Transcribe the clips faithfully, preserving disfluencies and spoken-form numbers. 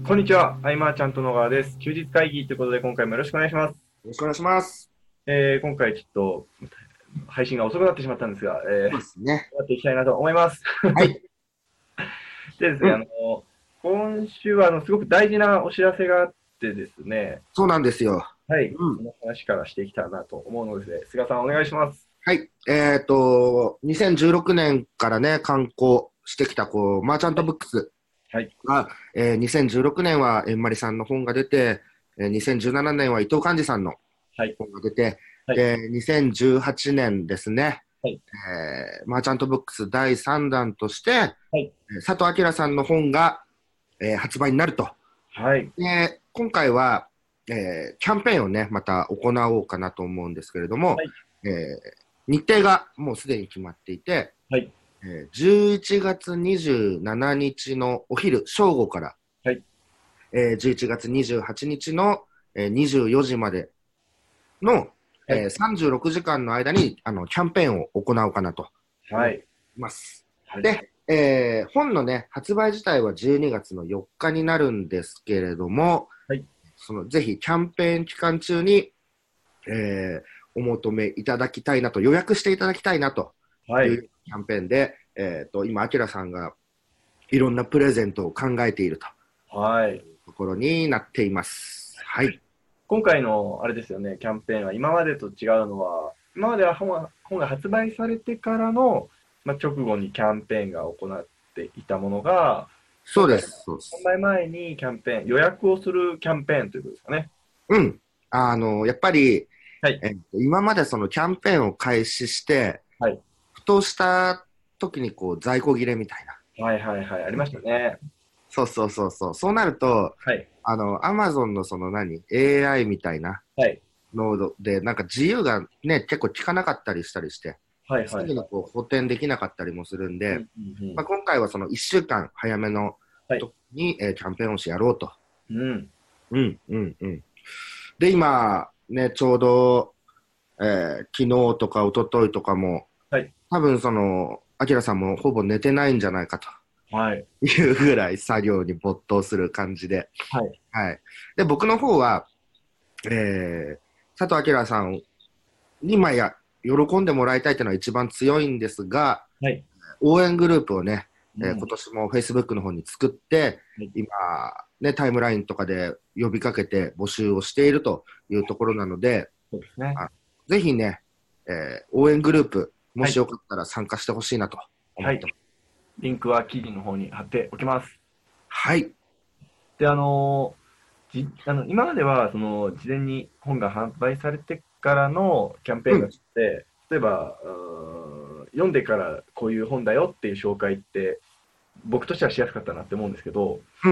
こんにちは、アイマーちゃんと野川です。休日会議ということで、今回もよろしくお願いします。よろしくお願いします。 えー、今回ちょっと、配信が遅くなってしまったんですが、えー、 そうですね。 やっていきたいなと思います。 はい。 でですね、あうん。 の、今週は、あの、すごく大事なお知らせがあってですね、 そうなんですよ。 はい、 うん。 その話からしていきたいなと思うので、菅さんお願いします。 はい。えっと、にせんじゅうろくねんからね、刊行してきた、こう、マーチャントブックスはい、 が、えー、にせんじゅうろくねんは、えんまりさんの本が出て、えー、にせんじゅうななねんは伊藤寛治さんのはい、 本が出て、 はい、 で、にせんじゅうはちねんですね、 はい、 えー、マーチャントブックスだいさんだんとして、 はい、 えー佐藤明さんの本が、えー発売になると。 はい、 で、今回は、えーキャンペーンをね、また行おうかなと思うんですけれども、 はい、 えー日程がもうすでに決まっていて、 はい、 えーじゅういちがつにじゅうしちにちのお昼、正午から、 はい、 えーじゅういちがつにじゅうはちにちの、えーにじゅうよじまでの、 はい、 えーさんじゅうろくじかんの間にあのキャンペーンを行おうかなと思ってはい、 います。 はい、 で、えー本のね、発売自体はじゅうにがつのよっかになるんですけれども、 はい、 そのぜひキャンペーン期間中に、えーお求めいただきたいなと、予約していただきたいなとはい、 いうキャンペーンで、えーと、今、アキラさんがいろんなプレゼントを考えているとはい。 ところになっています。はい。 今回のあれですよね、キャンペーンは今までと違うのは、今までは本が本が発売されてからの、まあ、直後にキャンペーンが行っていたものが、今回、 そうです。そうです。 本題前にキャンペーン、予約をするキャンペーンということですかね。 うん。あの、やっぱり、 はい。 えーと今までそのキャンペーンを開始して、 はい。 ふとした時にこう在庫切れみたいな。 はいはいはい。ありましたね。 そうそうそうそう。そうなると、 はい。 あの、アマゾンのその何、エーアイ みたいな、 はい。 ノードで、なんか自由がね、結構効かなかったりしたりして、 はいはいはい。 すぐにこう補填できなかったりもするんで、 うんうんうん。 まあ、今回はそのいっしゅうかん早めのはい。 時に、えーキャンペーンをしやろうと。 うん。 うん、うん、うん。で、今、ね、ちょうど、えー昨日とか一昨日とかも、 はい。 多分その、アキラさんもほぼ寝てないんじゃないかとはい。 いうぐらい作業に没頭する感じで。 はい。 はい。で、僕の方は、えー佐藤明さんに、まあ、や、喜んでもらいたいというのは一番強いんですが、 はい。 応援グループをね、えー今うん。 年も Facebook の方に作って、 はい。 今、ね、タイムラインとかで呼びかけて募集をしているというところなので、 そうですね。 あぜひね、えー応援グループ、もはい。 しよかったら参加してほしいなと思はい。 ってます。 リンクは記事の方に貼っておきます。 はい。 で、あのじあの今まではその事前に本が販売されてからのキャンペーンがあっうん。 て、例えば、うーん読んでからこういう本だよっていう紹介って、僕としてはしやすかったなって思うんですけど、 うん。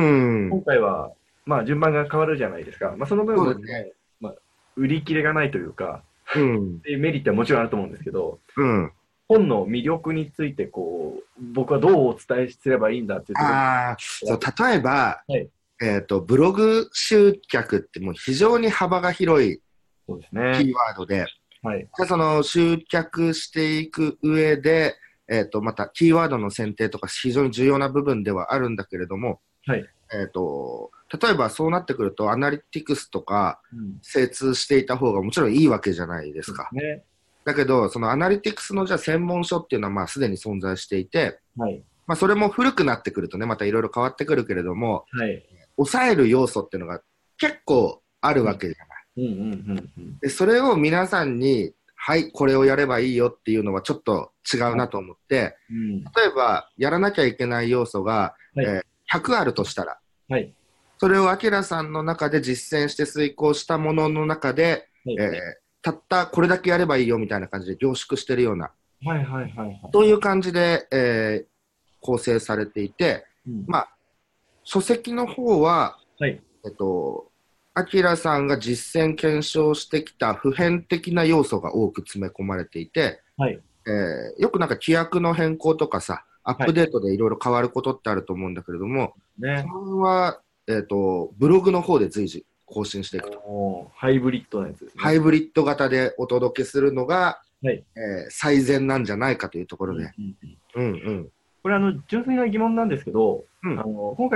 今回は、まあ、順番が変わるじゃないですか。まあ、その分そうだね。 もちろん、まあ、売り切れがないというか、 うん。 っていうメリットはもちろんあると思うんですけど、 うん。 本の魅力についてこう、僕はどうお伝えすればいいんだっていうところああ、そう、例えば、 はい。 えっと、ブログ集客ってもう非常に幅が広いそうですね。 キーワードで、 はい。 じゃあその集客していく上で、えっと、またキーワードの選定とか非常に重要な部分ではあるんだけれども、 はい。 えっと、例えばそうなってくると、アナリティクスとかうん。 精通していた方がもちろんいいわけじゃないですそうですか。 ね。 だけど、そのアナリティクスのじゃあ専門書っていうのはまあすでに存在していて、 はい。 まあそれも古くなってくるとね、またいろいろ変わってくるけれども、 はい。 抑える要素っていうのが結構あるうん。 わけじゃない。 うんうんうんうん。 で、それを皆さんに、はい、これをやればいいよっていうのはちょっと違うはい。 なと思って、 うん。 例えば、やらなきゃいけない要素が、 はい。 えーひゃくあるとしたら、 はい。 それをアキラさんの中で実践して遂行したものの中で、 はい。 えーたったこれだけやればいいよみたいな感じで凝縮してるような、 はいはいはいはい。 そういう感じで、えー構成されていて、 うん。 まあ、書籍の方は、 はい。 えっと、アキラさんが実践検証してきた普遍的な要素が多く詰め込まれていて、 はい。 えーよくなんか規約の変更とかさ、アッはい。 プデートでいろいろ変わることってあると思うんだけれども、そね。 の辺は、えっと、ブログの方で随時更新していくと。 おー、ハイブリッドなやつですね。 ハイブリッド型でお届けするのが、 はい。 えー最善なんじゃないかうんうというところで。 んうん。 うんうん。 これ、あの、純粋な疑問なんですけど、 うん。 あの、今回の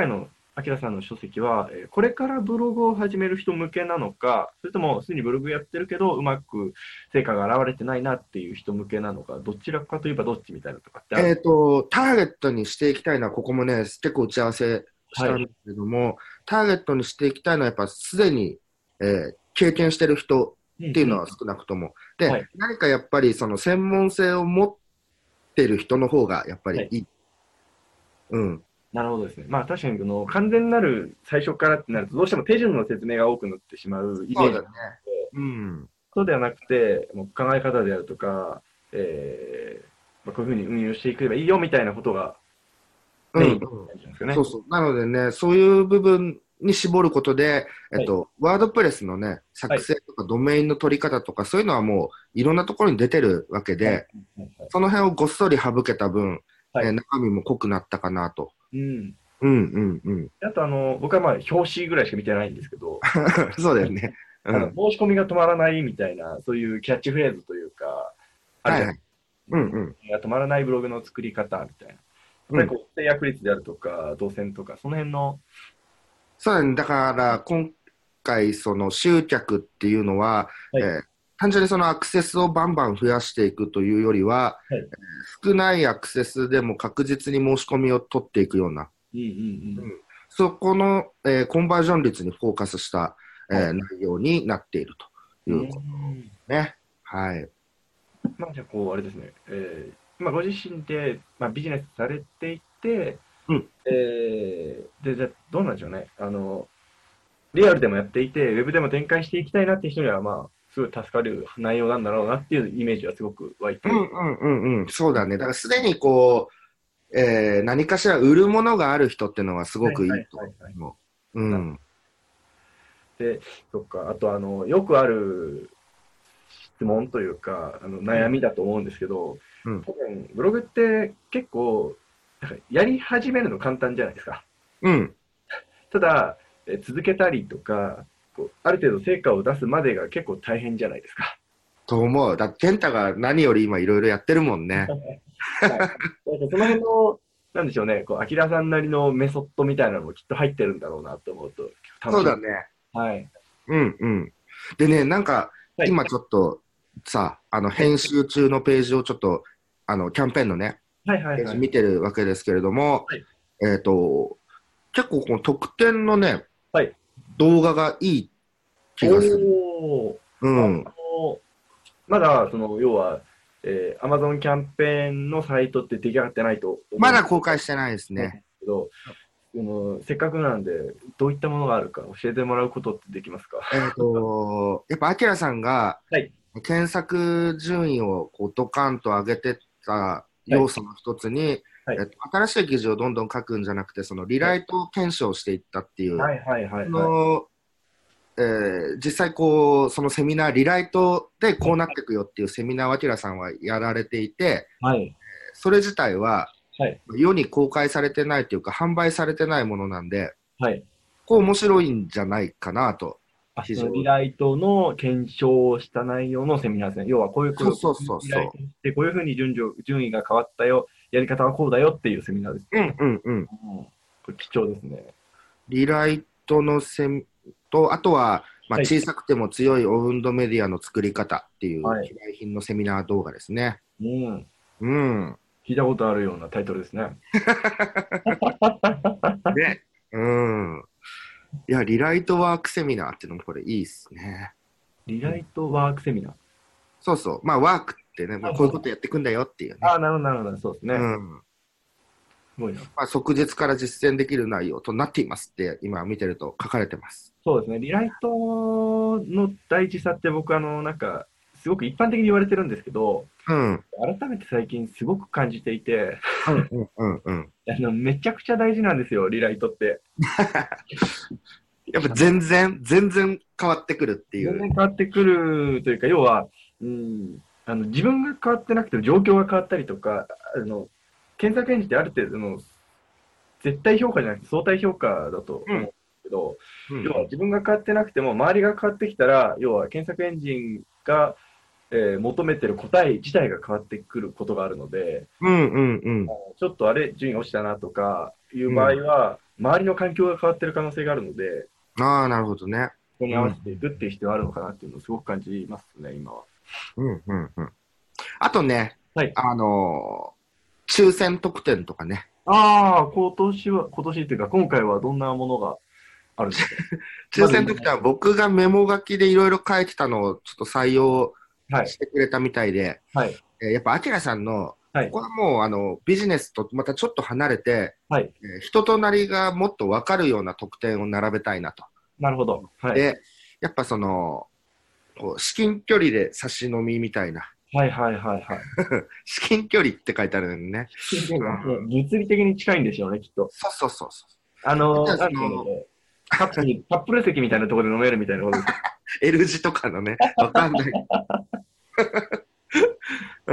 あきらさんの書籍は、えーこれからブログを始める人向けなのか、それともすでにブログやってるけど、うまく成果が現れてないなっていう人向けなのか、どちらかといえばどっちみたいなのとかってあえる？ っと、ターゲットにしていきたいのは、ここもね、結構打ち合わせしはい。 たんですけども、ターゲットにしていきたいのは、やっぱすでに、えー経験してる人うんうん。 っていうのは少なくとも。で、 はい。 何かやっぱりその専門性を持ってる人の方がやっぱはい。 りいい。うん。 なるほどですね。まあ確かに、あの、完全なる最初からってなると、どうしても手順の説明が多くなってしまうイメージそうだね。うん。 そうではなくて、もう考え方であるとか、えーまあ、こういうふうに運用していけばいいよみたいなことがうん、 メインうん。 なんですかね。 そうそう。なのでね、そういう部分に絞ることで、えはい。 っと、ワードプレスのね、 はい。 作成とかドメインの取り方とか、そういうのはもういろんなところに出てるわけはい。 で、 はい。はい。 その辺をごっそり省けた分、 はい。 えー中身も濃くなったかなと。 うん。 うんうんうん。 あと、あの、僕はまあ、表紙ぐらいしか見てないんですけど、 そうだよね。うあの、 ん。 申し込みが止まらないみたいな、そういうキャッチフレーズというか、あるじゃない。 はいはい。うんうん。 が止まらないブログの作り方みたいな。やっうん。 ぱりこう、制約率であるとか、動線とか、その辺の、 そうだね。だから、今回、その集客っていうのは、 はい。 えー単純にそのアクセスをバンバン増やしていくというよりは、 はい。 少ないアクセスでも確実に申し込みを取っていくような、 うんうんうん、そこの、えーコンバージョン率にフォーカスした、えうん。はい。 ー内容になっているとういうこん。 とね。はい。 まあ、じゃあ、こう、あれですね、えー、まあ、ご自身で、まあ、ビジネスされていて、 うん。 えー、で、じゃあ、どうなんでしょうね。あの、リアルでもやっていて、ウェブでも展開していきたいなっていう人には、まあ、すごい助かる内容なんだろうなっていうイメージはすごく湧いて。 うんうんうんうん。そうだね。だからすでにこう、えー何かしら売るものがある人っていうのはすごはいはいくいいとはいはい。 思う。うなん。 で、そっか、あと、あの、よくある質問というか、あのうん。 悩みだと思うんですけど、 うん。 多分、ブログって結構、なんかやり始めるの簡単じゃないですか。 うん。 ただ、え続けたりとか、こうある程度成果を出すまでが結構大変じゃないですか。 と思う。だって、健太が何より今いろいろやってるもんね。 はい。なんかその辺の、なんでしょうね、こう、アキラさんなりのメソッドみたいなのもきっと入ってるんだろうなと思うと、楽しみ。 そうだね。 はい。 うんうん。でね、なんか、 はい。 今ちょっとさ、あの、 はい。 編集中のページをちょっと、あの、キャンペーンのね、 はいはいページはい。 見てるわけですけれども、 はい。 えっと、結構この特典のね、 はい。 動画がいい気がする。 おー。あうん。 の、まだ、その、要は、えー、Amazon キャンペーンのサイトって出来上がってないと思まだうんです公開してないですね。 けど、その、せっかくなんで、どういったものがあるか教えてもらうことってできますか？ えっと、やっぱ、アキラさんがはい。 検索順位をこうドカンと上げてったはい。 要素の一つに、 はい。 えっと、新しい記事をどんどん書くんじゃなくて、そのリはい。 ライト検証していったっていう、 はいはいはそいはい。 の、えー実際こう、そのセミナー、リライトではい。 こうなっていくよっていうセミナーをアキラさんはやられていて、 はい。 それ自体ははい。 世に公開されてないというか、販売されてないものなんで、 はい。 こう面白いんじゃないかなと、 あ、そのリ非常に。 ライトの検証をした内容のセミナーですね。要は、こういう、こういうそうそうそうリライそトして、こういうふうに順序、順位が変わったよ、やり方はこうだよっていうセミナーですう。うんね。 うんうん。 うん。これ貴重ですね。 リライトのセミと、あとは、まあ、 はい。 小さくても強いオウンドメディアの作り方っていうはい。 非売品のセミナー動画ですね。 うん。 うん。 聞いたことあるようなタイトルですね。 ね。うん。いや、リライトワークセミナーっていうのもこれいいっすね。 リうん、 ライトワークセミナー。 そうそう。まあ、ワークってね、まあ、こういうことはいはい。 やっていくんだよっていうね。 ああ、なるほど、なるほど。そうですね。 うん。 すごいな。 まあ、即日から実践できる内容となっていますって、今見てると書かれてます。 そうですね。リライトの大事さって僕、あの、なんか、すごく一般的に言われてるんですけど、 うん。 改めて最近すごく感じていて、 うんうんうんうん。 あの、めちゃくちゃ大事なんですよ、リライトって。 やっぱ全然、全然変わってくるっていう。 全然変わってくるというか、要は、うん、あの、自分が変わってなくても状況が変わったりとか、あの、検索エンジンってある程度の絶対評価じゃなくて相対評価だとうん。 思うんですけど、 うんうん。 要は自分が変わってなくても、周りが変わってきたら、要は検索エンジンが、えー求めてる答え自体が変わってくることがあるので、 うんうんうん。 ちょっとあれ、順位落ちたなとかいううん。 場合は、 周りの環境が変わってる可能性があるので、 ああ、なるほどね。 そこに合わせうん。 ていくっていう必要があるのかなっていうのをすごく感じますね、今は。 うん、うん、うん。あとね、 はい。 あのー抽選特典とかね。 ああ、今年は、今年っていうか、今回はどんなものがあるんですか？ 抽まだ選特典は僕がメモ書きでいろいろ書いてたのをちょっと採用はい、 してくれたみたいで、 はい、 えーやっぱ、アキラさんの、 はい、 ここはもう、あの、ビジネスとまたちょっと離れて、 はい。 えー人となりがもっと分かるような特典を並べたいなと。 なるほど。はい。 で、やっぱその、こう至近距離で差し飲みみたいな。 はい、はい、はい、はい。 至近距離って書いてあるのにね。 真剣がね、 うん、 物理的に近いんでしょうね、きっと。 そうそうそうそう。 あの、 あとはそなんていうの、 の、 こうカップル、カップル席みたいなところで飲めるみたいなことです。 L 字とかのね、わかんない。うん。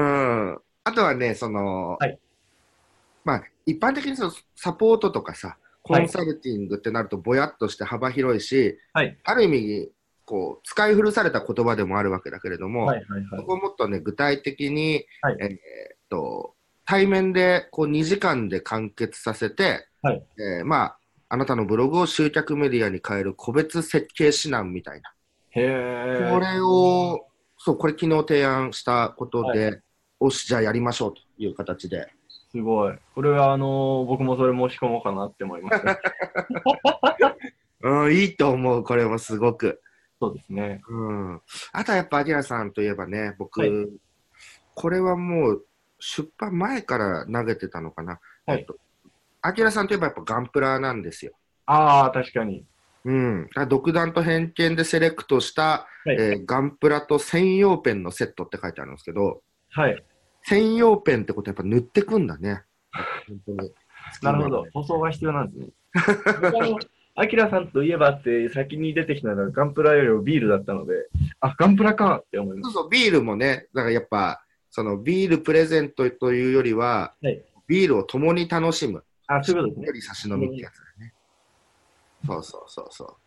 あとはね、その、 はい、 まあ、一般的にそのサポートとかさ、コはい、 ンサルティングってなるとぼやっとして幅広いし、 はい、 ある意味、こう、使い古された言葉でもあるわけだけれども、 はい、はい、はい。 そこをもっとね、具体的に、 はい、 えーっと、対面でこうにじかんで完結させて、 はい。 えーまあ、あなたのブログを集客メディアに変える個別設計指南みたいな。 へえ、 これを、そう、これ昨日提案したことはい。 で、おし、じゃあやりましょうという形で。 すごい。これは、あの、僕もそれ申し込もうかなって思いました。 うん、いいと思う、これもすごく。 そうですね。 うん。あとはやっぱ、アキラさんといえばね、 はい、 僕、これはもう、出版前から投げてたのかな。 はい。 えっと、アキラさんといえばやっぱガンプラなんですよ。 ああ、確かに。 うん。だから独断と偏見でセレクトした、 はい、 えーガンプラと専用ペンのセットって書いてあるんですけど、 はい。 専用ペンってことはやっぱ塗ってくんだね。やっぱ本当に好きなるほど。 になるね。 塗装が必要なんですね。僕あの、アキラさんといえばって先に出てきたのはガンプラよりもビールだったので、あ、ガンプラかって思いましそうそう、ビールもね、だからやっぱ、そのビールプレゼントというよりは、 た。はい。 ビールを共に楽しむ。 あ、 しそういうことですね。 っかり差し飲みってやつだね。そうそうそうそう。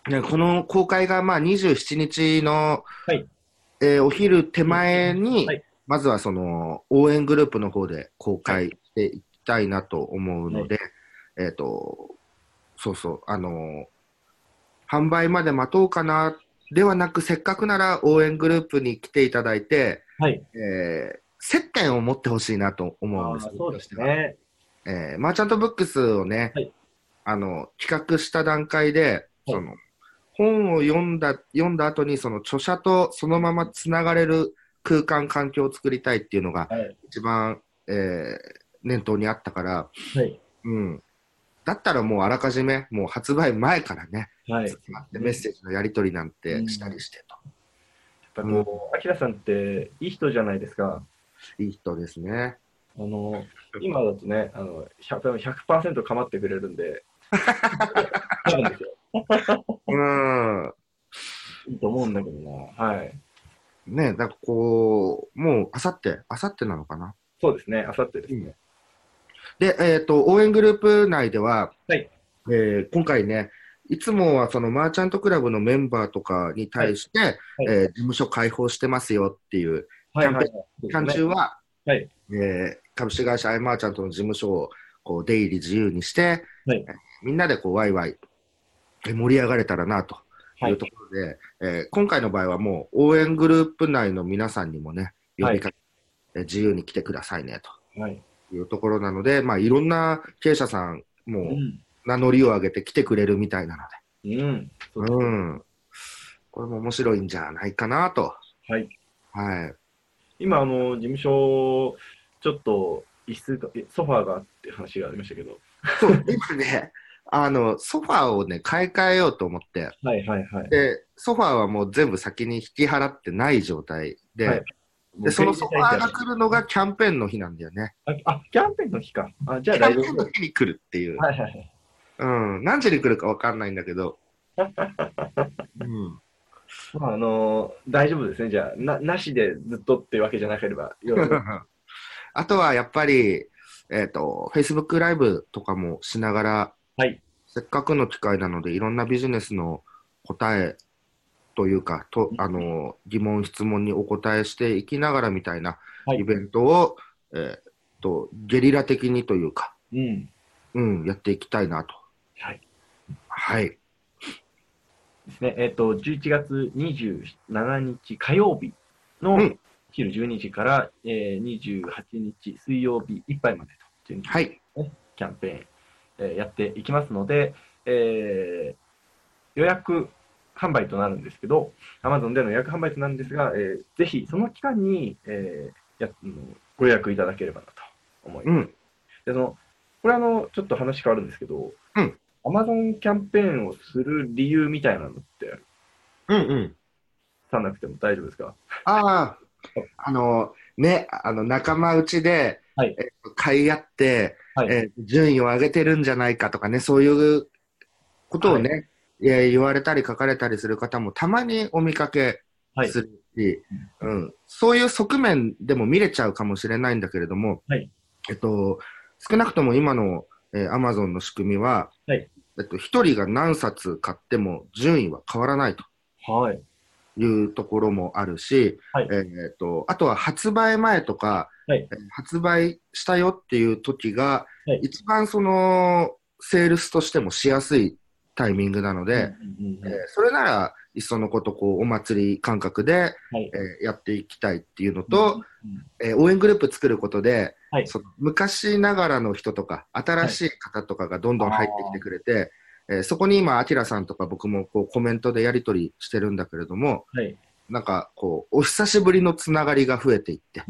でこの公開がまあにじゅうしちにちの、 はい。 えーお昼手前に、 はい。 まずはその応援グループの方で公はい。 開していきたいなと思うはい。 ので、えっと、そうそう、あの販売まで待とうかな、ではなく、せっかくなら応援グループに来ていただいて、 はい。 えー接点を持ってほしいなと思うんです、 ああ、そうで僕としては。 すね。 えーマーチャントブックスをね、 はい。 あの、企画した段階で、 はい。 その、本を読んだ、読んだ後に、その著者とそのままつながれる空間、環境を作りたいっていうのが、 はい。 一番、えー念頭にあったから、 はい。 うん。だったらもうあらかじめ、もう発売前からね、 はい。 集まってメッセージのやり取りなんうん。 てしたやっりしてと。 ぱうん。 こう、アキラさんっていい人じゃないですか。 いい人ですね。 あの、今だとね、あの、ひゃく、ひゃくパーセント構ってくれるんで、多分ですよ。 うん。 いいと思うんだけどな。はい。 ね、だからこう、もう、あさって、あさってなのかな。 そうですね。あさってでうん。 すね。 で、えっと、応援グループ内では、 はい。 えー今回ね、いつもはそのマーチャントクラブのメンバーとかにはい。 対して、 はい。 えー事務所開放してますよっていうはい。はい。 キャンペーン期間そうですね。 中は、 はい。 えー株式会社アイマーチャントの事務所をこう出入り自由にして、 はい。 えーみんなでこうワイワイえー盛り上がれたらなとはい。 いうところで、えー今回の場合はもう応援グループ内の皆さんにもね、呼はい。 びかけ、えー自由に来てくださいねはい。 というところなので、まあ、いろんな経営者さんもうん。 名乗りを上げて来てくれるみたいなのうん。そうで、 です。 うん、これも面白いんじゃないかなと。 はい。 はい。 今、あの、事務所、ちょっと、椅子が、えソファーがあって話がありましたけど。 そう、今ね、あの、ソファーをね、買い替えようと思って、 はいはいはい。 で、ソファーはもう全部先に引き払ってない状態はい。 で、で、そのもう受け入ソファーがれたいじゃない。 来るのがキャンペーンの日なんだよね。 あ、あキャンペーンの日か。あ、じゃあキャンペ大丈夫。 ーンの日に来るっていう。 はいはいはい。 うん。何時に来るかわかんないんだけど。うん。 まあ、あの大丈夫ですね。じゃあ、な、なしでずっとってわけじゃなければ、よ、よ、 あとはやっぱり、えっと、Facebook ライブとかもしながら、 はい。 せっかくの機会なので、いろんなビジネスの答えというか、と、あの、疑問、質問にお答えしていきながらみたいなはい。 イベントを、えっと、ゲリラ的にというか、 うん。 うん、やっていきたいなと。 はい。 はい。 ですね。えっ、と、じゅういちがつにじゅうしちにち火曜日のうん。 昼じゅうにじから、えー、にじゅうはちにち水曜日いっぱいまでと、順次はい。 ね、キャンペーン、えーやっていきますので、えー予約販売となるんですけど、Amazon での予約販売となるんですが、えーぜひその期間に、えーやうんご予約いただければなと思います。 うん。 でそのこれあの、ちょっと話変わるんですけど、 うん。 Amazon キャンペーンをする理由みたいなのってうん。うん。 さなくても大丈夫ですか？ ああ、あの、ね、あの、仲間内で、 はい。 えっと、買い合って、 はい。 えー順位を上げてるんじゃないかとかね、そういうことはい。 をね、えー言われたり書かれたりする方もたまにお見かけはい。 するし、うん、そういう側面でも見れちゃうかもしれないんだけれども、 はい。 えっと、少なくとも今の、えー Amazon の仕組みは、 はい。 えっと、ひとりが何冊買っても順位は変わらないとはい。 いうところもあるし、 はい。 えーっと、あとは発売前とか、 はい。 えー発売したよっていう時が、 はい。 一番その、セールスとしてもしやすいタイミングなので、 うんうんうんうん。 えーそれなら、いっそのことこうお祭り感覚で、 はい。 えーやっていきたいっていうのうんうんと、 うん。 えー応援グループ作ることで、 はい。 その昔ながらの人とか、新はい。 しい方とかがどんあどん入ってきてくあ。 れて、えーそこに今、アキラさんとか僕もこうコメントでやり取りしてるんだけれども、 はい。 なんかこう、お久しぶりのつながりが増えていって、 うん。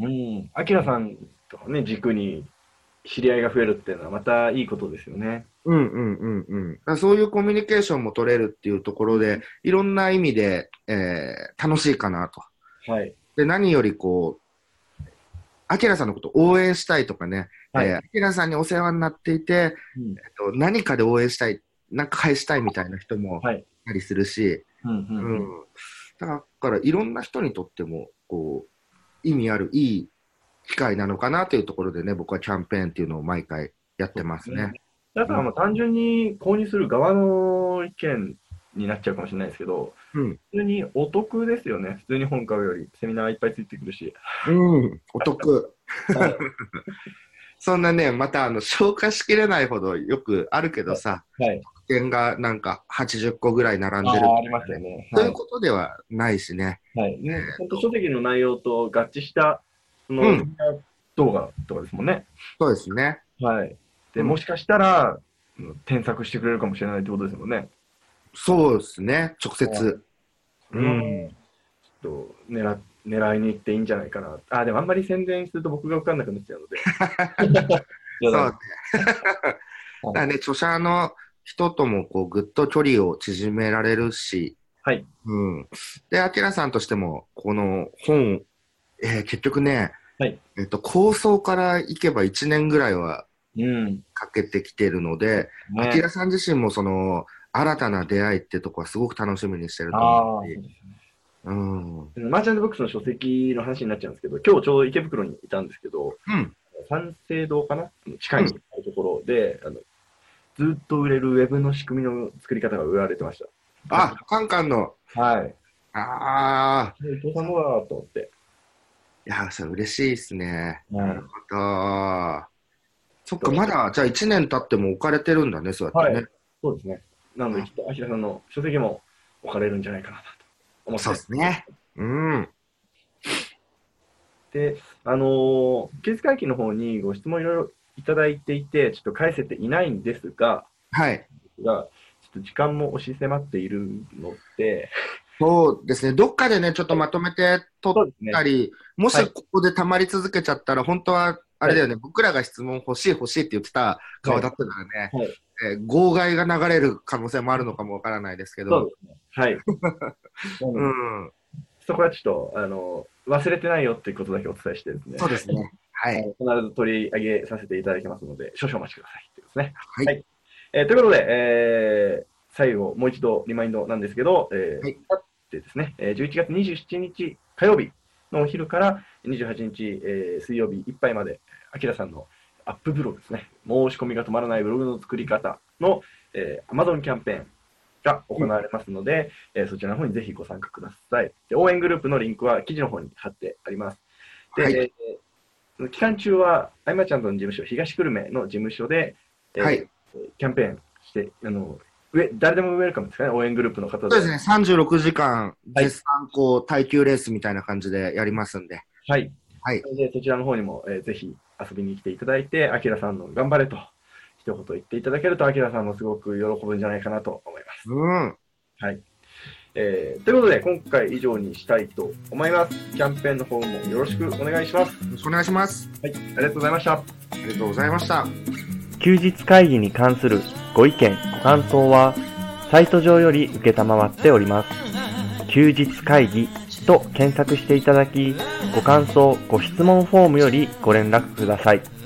アキラさんとかね、軸に知り合いが増えるっていうのはまたいいことですよね。 うんうんうんうん。だからそういうコミュニケーションも取れるっていうところで、いろんな意味で、えー楽しいかなと。 はい。 で、何よりこう、アキラさんのことを応援したいとかね、 はい。 えーアキラさんにお世話になっていて、 うん。 えっと、何かで応援したい、なんか返したいみたいな人もはい。 いたりするし、 うんうんうん。 うん。 だからいろんな人にとっても、こう、意味あるいい機会なのかなというところでね、僕はキャンペーンっていうのを毎回やってますね。 ね。だかうん。 らまあ単純に購入する側の意見になっちゃうかもしれないですけど、 うん。 普通にお得ですよね。普通に本買うより、セミナーいっぱいついてくるし。 うん。お得。 はい。 そんなね、またあの消化しきれないほどよくあるけどはい。 さ、 はい。 点がなんかはちじゅっこぐらい並んでるああ、ありみたいなね。 ますよね。 そういうはい。 ことではないしね。 はい。ね、 えっと、 本当書籍の内容と合致した、そうん、 のセミナー動画とかですもんね。 そうですね。 はい。で、 うん、 もしかしたら、うん添削してくれるかもしれないってことですもんね。 そうですね。直はい。 接。うそれは、 ん。 ちょっと狙、狙いに行っていいんじゃないかな。あ、でもあんまり宣伝すると僕が分かんなくなっちゃうので。冗談です。 そうね。だからね、著者の人ともこうぐっと距離を縮められるし、 はい。 うん。で、アキラさんとしても、この本、えー結局ね、 はい。 えっと、構想からいけばいちねんぐらいはうん。 かけてきてるので、アキね。 ラさん自身もその、新たな出会いってとこはすごく楽しみにしてると思うああ、そし、 うですね。 うん。うん。 マーチャントブックスの書籍の話になっちゃうんですけど、今日ちょうど池袋にいたんですけど、 うん。 三省堂かな地下にあるところで、あのずっと売れるウェブの仕組みの作り方が売られてました。 あ、カンカンの、 はい。 ああ、 伊藤さんのだと思って。 いや、それ嬉しいですね。なるはい。 ほど。そっか、 とまだ、じゃあいちねん経っても置かれてるんだね、そうやってね。 はい。そうですね。なので、 あ、 きっと、アキラさんの書籍も置かれるんじゃないかなと思っそうでて。 すね。うん。 で、あのー、ケース会議の方にご質問いろいろいただいていて、ちょっと返せていないんですが、 はい。 が、ちょっと時間も押し迫っているので、 そうですね。どっかでね、ちょっとまとめて取っそうですね。 たり、もはい。 しここで溜まり続けちゃったら、本当は、あはい。 れだよね、僕らが質問欲しい欲しいって言ってたはい。 側だったからね、 はい。 えー号外が流れる可能性もあるのかもわからないですけど、 そうですね。はい。なうので、 ん、 そこはちょっと、あの、忘れてないよっていうことだけお伝えしてですね、 そうですね。はい。 あの必ず取り上げさせていただきますので、少々お待ちくださいっていうことですね。 はい。 はい。えーということで、えー最後、もう一度リマインドなんですけど、えはい。 ー、あってですね、えーじゅういちがつにじゅうしちにち火曜日のお昼からにじゅうはちにち、えー水曜日いっぱいまで、あきらさんのアップブログですね、申し込みが止まらないブログの作り方の、えー Amazon キャンペーンが行われますので、えーそちらの方にぜひご参加ください。で応援グループのリンクは記事の方に貼ってあります。 はい。 で、えー期間中は、あいまちゃんとの事務所、東久留米の事務所で、えーはい。 キャンペーンして、あの、上誰でもウェルカムですかね、応援グループの方で。 そうですね、さんじゅうろくじかん、絶賛こう、耐久レースみたいな感じでやりますんで。 はい。 はい。 でそちらの方にも、えー、ぜひ遊びに来ていただいて、アキラさんの頑張れと一言言っていただけると、アキラさんもすごく喜ぶんじゃないかなと思います。 うん。 はい。えー、ということで、今回以上にしたいと思います。キャンペーンの方もよろしくお願いします。 よろしくお願いします。 はい。ありがとうございました。ありがとうございました。 休日会議に関するご意見、ご感想は、サイト上より受けたまわっております。休日会議と検索していただき、ご感想、ご質問フォームよりご連絡ください。